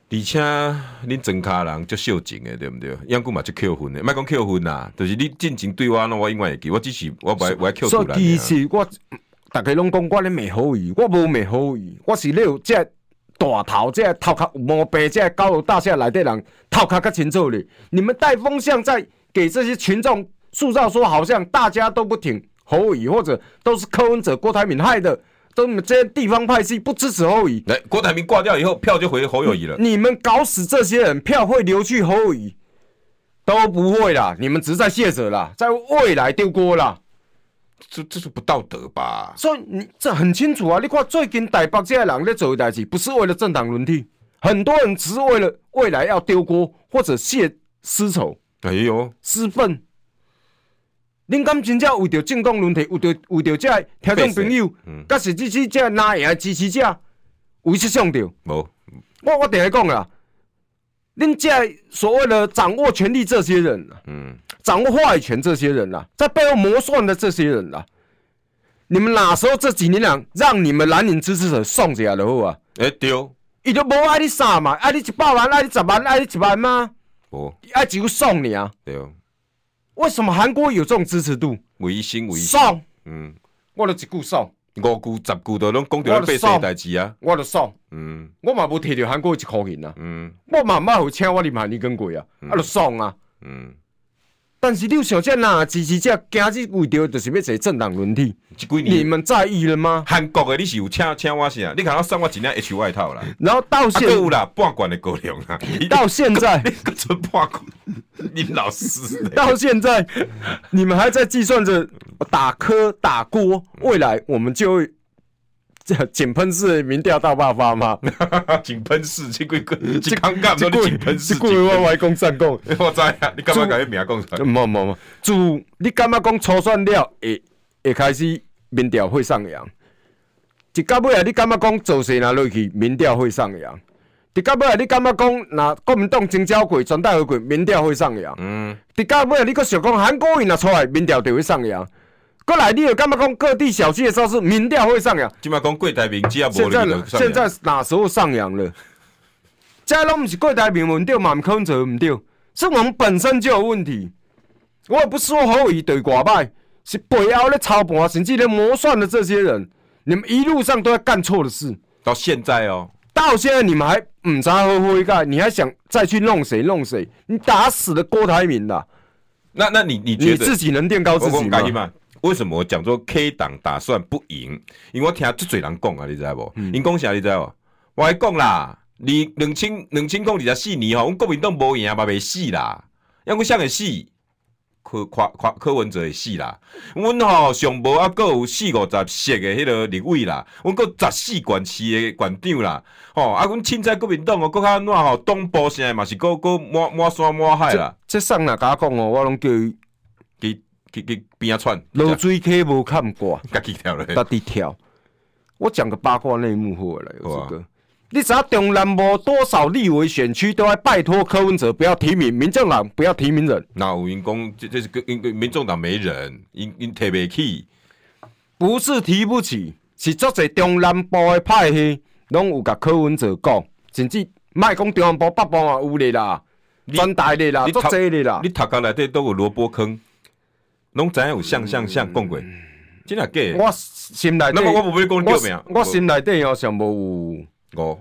而且恁庄卡人足秀情的，对不对？养久嘛足扣分的，莫讲扣分啦，就是你进前对我，那我永远会记。我只是我不爱我爱扣所以其实我大家拢讲我咧骂好语，我无骂好语，我是咧有这大头、这头壳有毛病、这高楼大厦来的人头壳较清楚咧。你们带风向在给这些群众塑造说，好像大家都不挺侯友宜，或者都是柯文哲、郭台铭害的。都你们这些地方派系不支持侯友宜， 来郭台铭挂掉以后，票就回侯友宜了。 你们搞死这些人，票会流去侯友宜，都不会啦。你们只是在卸责啦，在未来丢锅啦。 这这是不道德吧？ 所以你这很清楚啊！你看最近台北这些人在做的代志，不是为了政党轮替，很多人只是为了未来要丢锅或者泄私仇、 哎呦私愤。恁敢真正为着政党轮替，为着为着这听众朋友，甲甚至是这哪样的支持者，为实上着？ 无， 我我等下讲啦，恁这所谓的掌握权力这些人啊，嗯，掌握话语权这些人啊，在背后谋算的这些人啊，你们哪时候这几年来让你们蓝营支持者送一下就好啊？ 哎、欸、对， 伊就无爱你啥嘛，爱你一百万，爱你十万，爱你一万吗？ 无， 爱只有送你啊？ 对。 为什么韩国有这种支持度？ 唯心唯心， 送， 嗯， 我就一句送， 五句十句都拢讲到咱百姓的代志啊， 我就送，嗯，我嘛无摕到韩国一块钱啊，嗯，我嘛毋捌有请我啉韩尼根过啊，嗯、啊就送啊，嗯，但是你有想见哪支持者今日为着就是要坐政党轮替，你们在意了吗？ 韩国的你是有请请我啥？你看我送我一件 H 外套啦， 然后到现在、啊、 有啦，半罐的高粱啦， 到现在你个纯半罐，你老师到现在你们还在计算着打科打锅，未来我们就会这井喷式民调大爆发吗？ 井喷式，这几个这刚刚说你井喷式， 这句我歪讲赞讲， 我知啊，你干嘛把伊名讲出来？ 冇冇冇，自你感觉讲初选了会会开始民调会上扬，一到尾啊，你感觉讲做势拿落去，民调会上扬。直到尾啊，你感觉讲那国民党征召过、全代会过，民调会上扬。嗯。直到尾啊，你阁想讲韩国瑜若出来，民调就会上扬。过来，你有感觉讲各地小区的时候是民调会上扬？ 今麦讲郭台铭只要无现在现在哪时候上扬了？这拢不是郭台铭问对，嘛唔柯文哲唔对，是我们本身就有问题。我也不是说侯友宜对寡歹，是背后咧操盘，甚至咧谋算的这些人，你们一路上都在干错的事。 到现在哦， 到现在你们还唔知好好一个，你还想再去弄谁弄谁？你打死了郭台铭啦！ 那那你你觉得你自己能垫高自己吗？ 为什么我讲说 K 党打算不赢？因为我听足侪人讲啊，你知无？因讲啥你知无？我来讲啦，你两千两千讲二十四年吼，阮国民党无赢嘛袂死啦，因为谁会死？柯柯柯柯文哲会死啦。阮吼上无啊，阁有四五十席的迄个立委啦，阮阁十四县市的县长啦，吼啊，阮凊彩国民党哦，阁较安怎吼，东部啥嘛是阁阁满满山满海啦。 这上哪甲讲哦，我拢叫伊去。去去边啊窜， 落水溪无看过， 家己跳咧， 家己跳。我讲个八卦内幕好了，有这个。你知道中南部多少立委选区都要拜托柯文哲不要提名，民众党不要提名人。 那有人讲，这这是因民众党没人，因因提不起， 不是提不起，是足侪中南部的派系拢有甲柯文哲讲，甚至莫讲中南部北部嘛有咧啦，全台咧啦，足侪咧啦。 你头壳内底都有萝卜坑。拢知影有像像像讲过，真系假？ 我心内底， 那么我无要讲叫名。 我心内底哦，上无有五，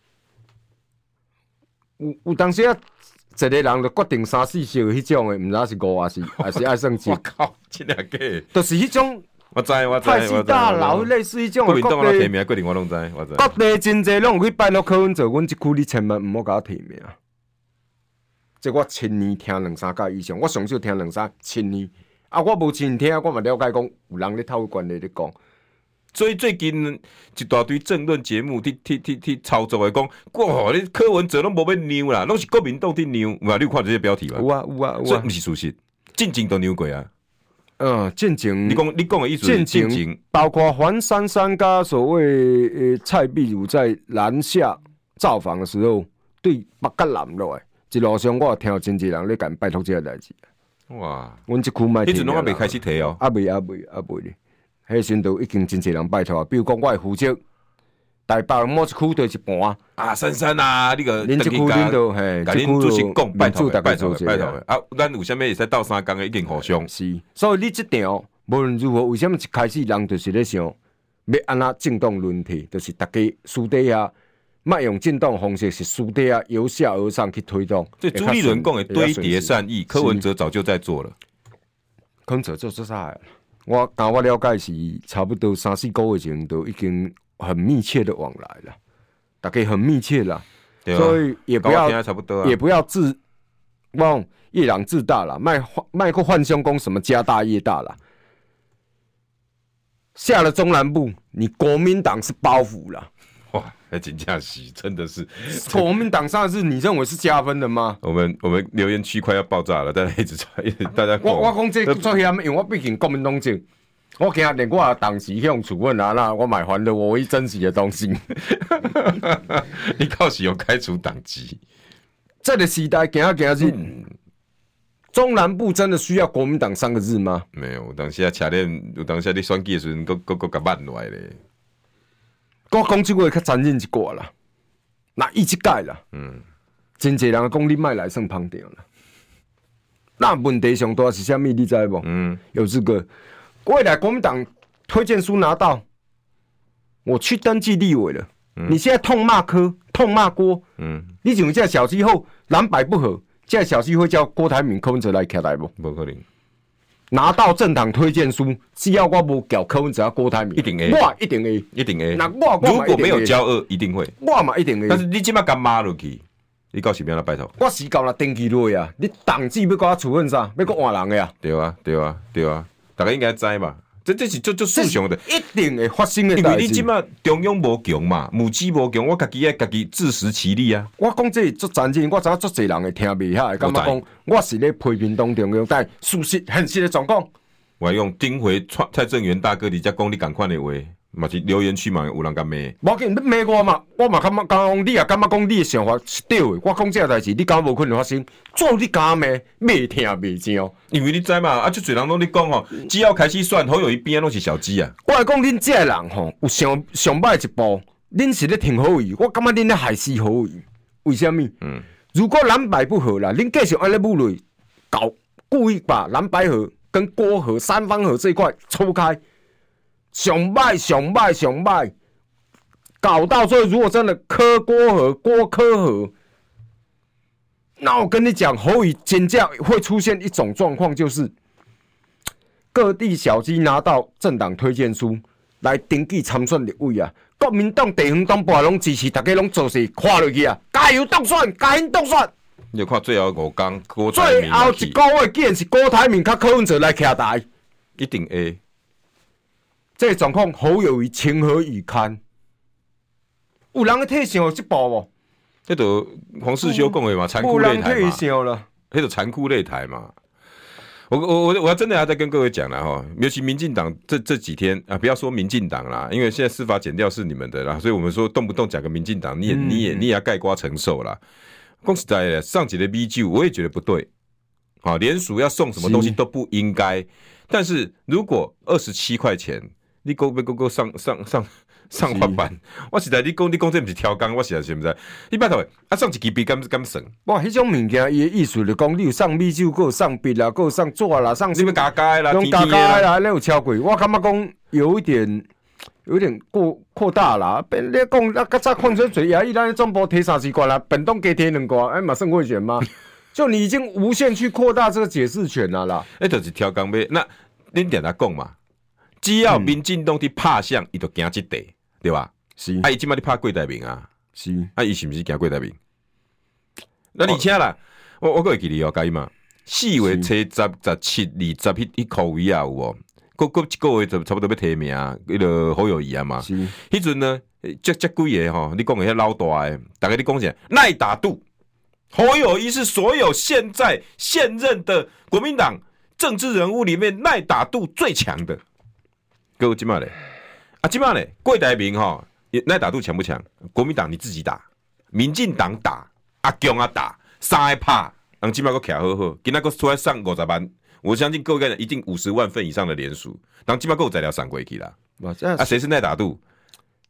有有当时啊，一个人就决定三四席迄种的，毋知是五还是还是爱算钱。 我靠，真系假？ 就是迄种。 我知我知派系大佬类似迄种。 国民党我提名决定我拢知，我知。 各地真济拢有去拜托柯文哲，阮一区你千万毋好甲我提名。即我千年听两三届以上，我上少听两三千年。啊！我无真听，我嘛了解讲有人咧透过关系咧讲， 所以最近一大堆政论节目，去去去去操作的讲，哇！你柯文哲拢无要扭啦，拢是国民党伫扭，有啊！你有看这些标题吗？ 有啊有啊有啊， 这毋是事实，进前都扭过啊。 嗯，进前你讲你讲的意思是进前， 包括黄珊珊甲所谓呃蔡壁如在南下造访的时候，对北甲南落来，一路上我听到真侪人咧甲拜托这个代志。哇！阮即区卖， 迄阵拢还未开始提哦， 啊未啊未啊未咧，迄时阵都已经真侪人拜托啊。比如讲，我的负责台北某一区就一半啊，珊珊啊，那个恁这区恁都嘿， 甲恁主席讲拜托大拜托家做拜托啊，咱有啥物会使斗相共的，已经互相是，所以你这场无论如何，为什么一开始人就是咧想要安怎政党轮替，就是大家私底下。莫用政党方式是私底下由下而上去推动。 这朱立伦讲的堆叠善意，柯文哲早就在做了。 柯文哲做做啥了？我据我了解是差不多三四个月前都已经很密切的往来了，大家很密切了， 对啊、 所以也不要差不多、啊、 也不要自忘一朗自大了，卖卖个幻兄公什么家大业大了。下了中南部，你国民党是包袱了。 哇，还真正是，真的是国民党上是你认为是加分的吗？ 我们我们留言区快要爆炸了，大家一直一直大家我我讲这做险，因为我毕竟国民党政，我惊连我党籍向处分啊，那我买还了我唯一珍惜的东西。 你到时有开除党籍？ 这个时代，行啊行是、嗯、中南部真的需要国民党三个字吗？ 没有，当时啊，车练有当时你选举的时候，搁搁搁甲慢落来咧。 我讲这个较残忍一寡啦，那一届啦，嗯，真侪人讲你莫来算旁调啦。那问题上大是啥物？你知无？嗯，有这个未来国民党推荐书拿到，我去登记立委了。嗯、你现在痛骂柯，痛骂郭，嗯，你请这小鸡后蓝白不合，这小鸡会叫郭台铭、柯文哲来起来不？ 不可能。 拿到政党推荐书，只要我无叫柯文哲、郭台铭， 一定 A， 我一定 A， 一定 A。 那我我如果没有交恶，一定会。 我嘛一定 A。 但是你即马敢骂落去，你到时要来拜托。 我时到啦，登记落啊！你党纪要甲我处分啥？要甲换人的啊？ 对啊，对啊，对啊，大家应该知嘛。这这是就就事实的， 一定会发生的代志。 因为你即马中央无强嘛，母鸡无强，我家己爱家己自食其力啊。 我讲这足残忍，我知影足侪人会听袂下，会感觉讲我是咧批评党中央，但事实现实的状况。 我用丁回蔡正元大哥，你才讲你赶快的话，嘛是留言区嘛有人敢骂。 无紧，你骂我嘛，我嘛感觉讲你也感觉讲你的想法是对的。我讲这个代志，你敢无可能发生？做你敢骂，袂听袂正。 因为你知嘛，啊，就侪人拢咧讲吼，只要开始选，好友一边拢是小鸡啊。 我来讲，恁这个人吼，有上上歹一步，恁是咧挺好意，我感觉恁咧害死好意。为什么？嗯，如果蓝白不合啦，恁继续安尼母类搞，故意把蓝白合。跟郭和三方和这一块抽开，上歹上歹上歹，搞到最后，如果真的柯郭和郭柯和，那我跟你讲，侯乙减价会出现一种状况，就是各地小鸡拿到政党推荐书来登记参选立委啊，国民党地方党部拢支持，大家拢做事看落去啊，加油当选，加油当选。 你看最后五天，郭台铭最后一个月竟然是郭台铭甲柯文哲来徛台， 一定 A。 这个状况侯友宜情何以堪？有人会退想这步无？ 迄就黄世修讲的嘛，残酷擂台嘛。 有人退想了， 迄就残酷擂台嘛。我我我我要真的要再跟各位讲了哈，尤其民进党这这几天啊，不要说民进党啦，因为现在司法检调是你们的啦，所以我们说动不动讲个民进党，你也、嗯、你也你也要概括承受啦。讲实在的，上集的 V 九我也觉得不对，好，联署要送什么东西都不应该。但是如果二十七块钱，你够不够上上上上滑板？我实在你讲你讲这不是挑工，我实在是不知。你拜托啊，上一支笔敢敢省？ 哇，迄种物件伊的意思就讲，你有上米酒，有上笔啦，有上纸啦，上你要加加啦， 用加加啦，那有超贵。我感觉讲有一点。有点过扩大啦，别你讲啊，较早矿泉水也一咱中部提三四罐啦，本东给提两罐，哎，马上会选吗？就你已经无限去扩大这个解释权了啦。 哎，就是挑工呗。那恁点来讲嘛？只要民进党伫拍相，伊就行这地，对吧？ 是。 啊，伊即摆伫拍郭台铭啊， 是。 啊，伊是毋是行郭台铭？那而且啦，我我个会记你哦，甲伊嘛，四月初十、十七、二十迄迄箍位啊有无？过过一个月就差不多要提名，迄个侯友宜啊嘛。迄阵呢，这这几个吼，你讲的遐老大的，大家你讲啥？赖打度，侯友宜是所有现在现任的国民党政治人物里面赖打度最强的。各位今嘛嘞，啊今嘛嘞，郭台铭吼，赖打度强不强？国民党你自己打，民进党打，阿强啊打，三个拍，人今嘛个徛好好，今仔个出来上五十万。我相信各位一定五十万份以上的联署，然后基本上够材料上过去啦。啊，谁是赖打度？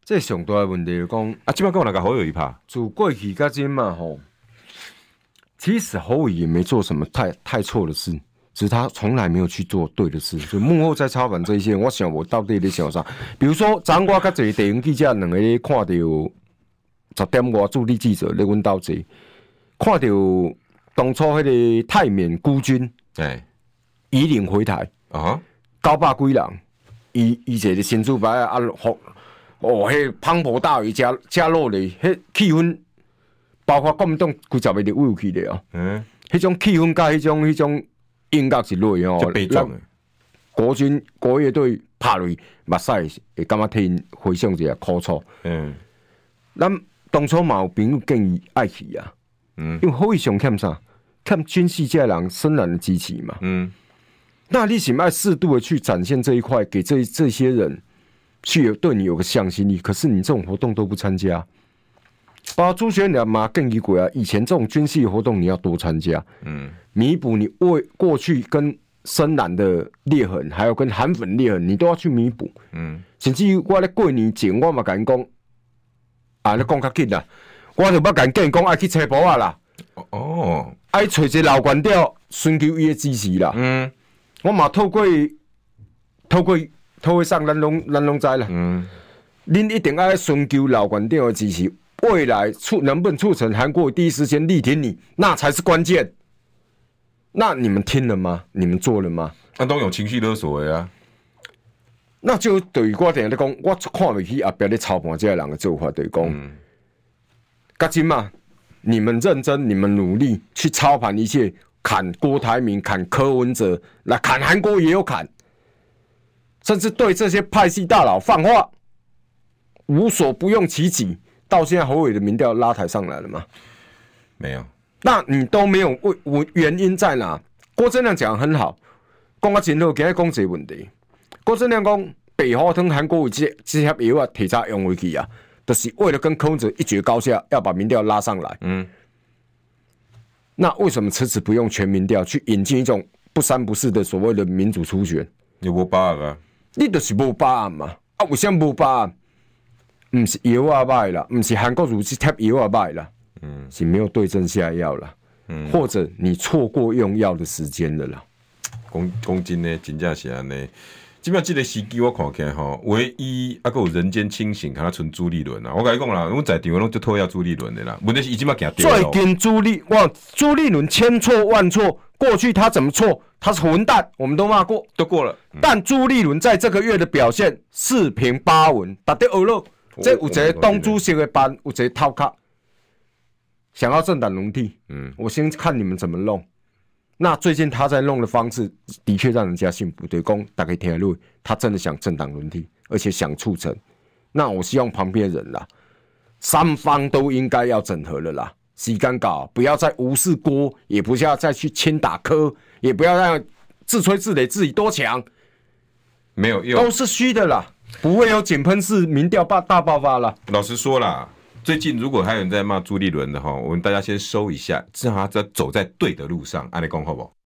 这上大的问题就讲啊，基本上跟我那个侯友宜怕， 自过去到今嘛吼，其实侯友宜也没做什么太太错的事，只是他从来没有去做对的事。就幕后在操盘这一些，我想我到底在想啥？比如说，昨我甲一个地方记者两个咧看到十点外驻地记者咧阮兜坐，看到当初迄个泰缅孤军哎， 移灵回台啊， 九百几人，伊伊一个新主牌啊，哦，迄滂沱大雨加加落嚟，迄气氛，包括国民党几十个立委有去咧哦， 嗯， 迄种气氛甲迄种迄种音乐是落哦， 就悲壮的。 国军国乐队拍落，目屎会感觉替因回想一下苦楚。 嗯， 咱当初嘛有朋友建议爱去啊， 嗯， 因为侯友宜上欠啥？欠军事界人深蓝的支持嘛。 嗯， 那你是要适度的去展现这一块，给这这些人去对你有个向心力。可是你这种活动都不参加，包括朱学良嘛建议过啊，以前这种军事活动你要多参加， 嗯， 弥补你为过去跟深蓝的裂痕，还有跟韩粉裂痕，你都要去弥补。 嗯， 甚至于我咧过年前，我嘛甲因讲，啊，你讲较紧啦，我就要甲因建讲爱去找埔仔啦。 哦， 爱找一个老官调寻求伊的支持啦。 嗯， 我嘛透过透过透过上，咱拢咱拢知啦。 嗯， 恁一定要寻求老官调的支持，未来促能不能促成韩国第一时间力挺你，那才是关键。那你们听了吗？你们做了吗？ 那都有情绪勒索的啊。 那就对于我定咧讲，我看不起后壁咧操盘这个人的做法，就是讲， 嗯， 甲真嘛。你们认真，你们努力去操盘一切，砍郭台铭，砍柯文哲，来砍韩国也有砍，甚至对这些派系大佬放话，无所不用其极。到现在侯友宜的民调拉抬上来了吗？ 没有。 那你都没有问原因在哪？郭正亮讲得很好，讲啊真好，今日讲这个问题。郭正亮讲，北华汤韩国瑜这这些药啊，提早用回去啊。就是为了跟柯文哲一决高下，要把民调拉上来。嗯，那为什么迟迟不用全民调去引进一种不三不四的所谓的民主初选？ 你无把握啊？ 你就是无把握嘛？啊，为什么无把握？不是药啊歹啦，不是韩国瑜去贴药啊歹啦，嗯，是没有对症下药啦，嗯，或者你错过用药的时间了啦。 讲讲真呢，真正是安尼。基本上这个时机我看起来吼，唯一啊个有人间清醒，看他存朱立伦啊。我跟你讲啦，我在地方拢就讨厌朱立伦的啦。问题是伊即马行掉了。 最近朱立哇，朱立伦千错万错，过去他怎么错？他是混蛋，我们都骂过， 都过了。嗯、 但朱立伦在这个月的表现四平八稳，打得欧乐。这有一个东主席的班，有一个头壳，想要政党轮替。嗯，我先看你们怎么弄。那最近他在弄的方式的确让人家信服，对公大概听得落，他真的想政党轮替，而且想促成。那我希望旁边人啦，三方都应该要整合了啦，时间搞，不要再无视郭，也不要再去轻打柯，也不要让自吹自擂自己多强， 没有用， 都是虚的啦，不会有井喷式民调大大爆发啦。 老实说啦。最近如果还有人在骂朱立伦的哈，我们大家先收一下，至少他在走在对的路上，按你讲好不好？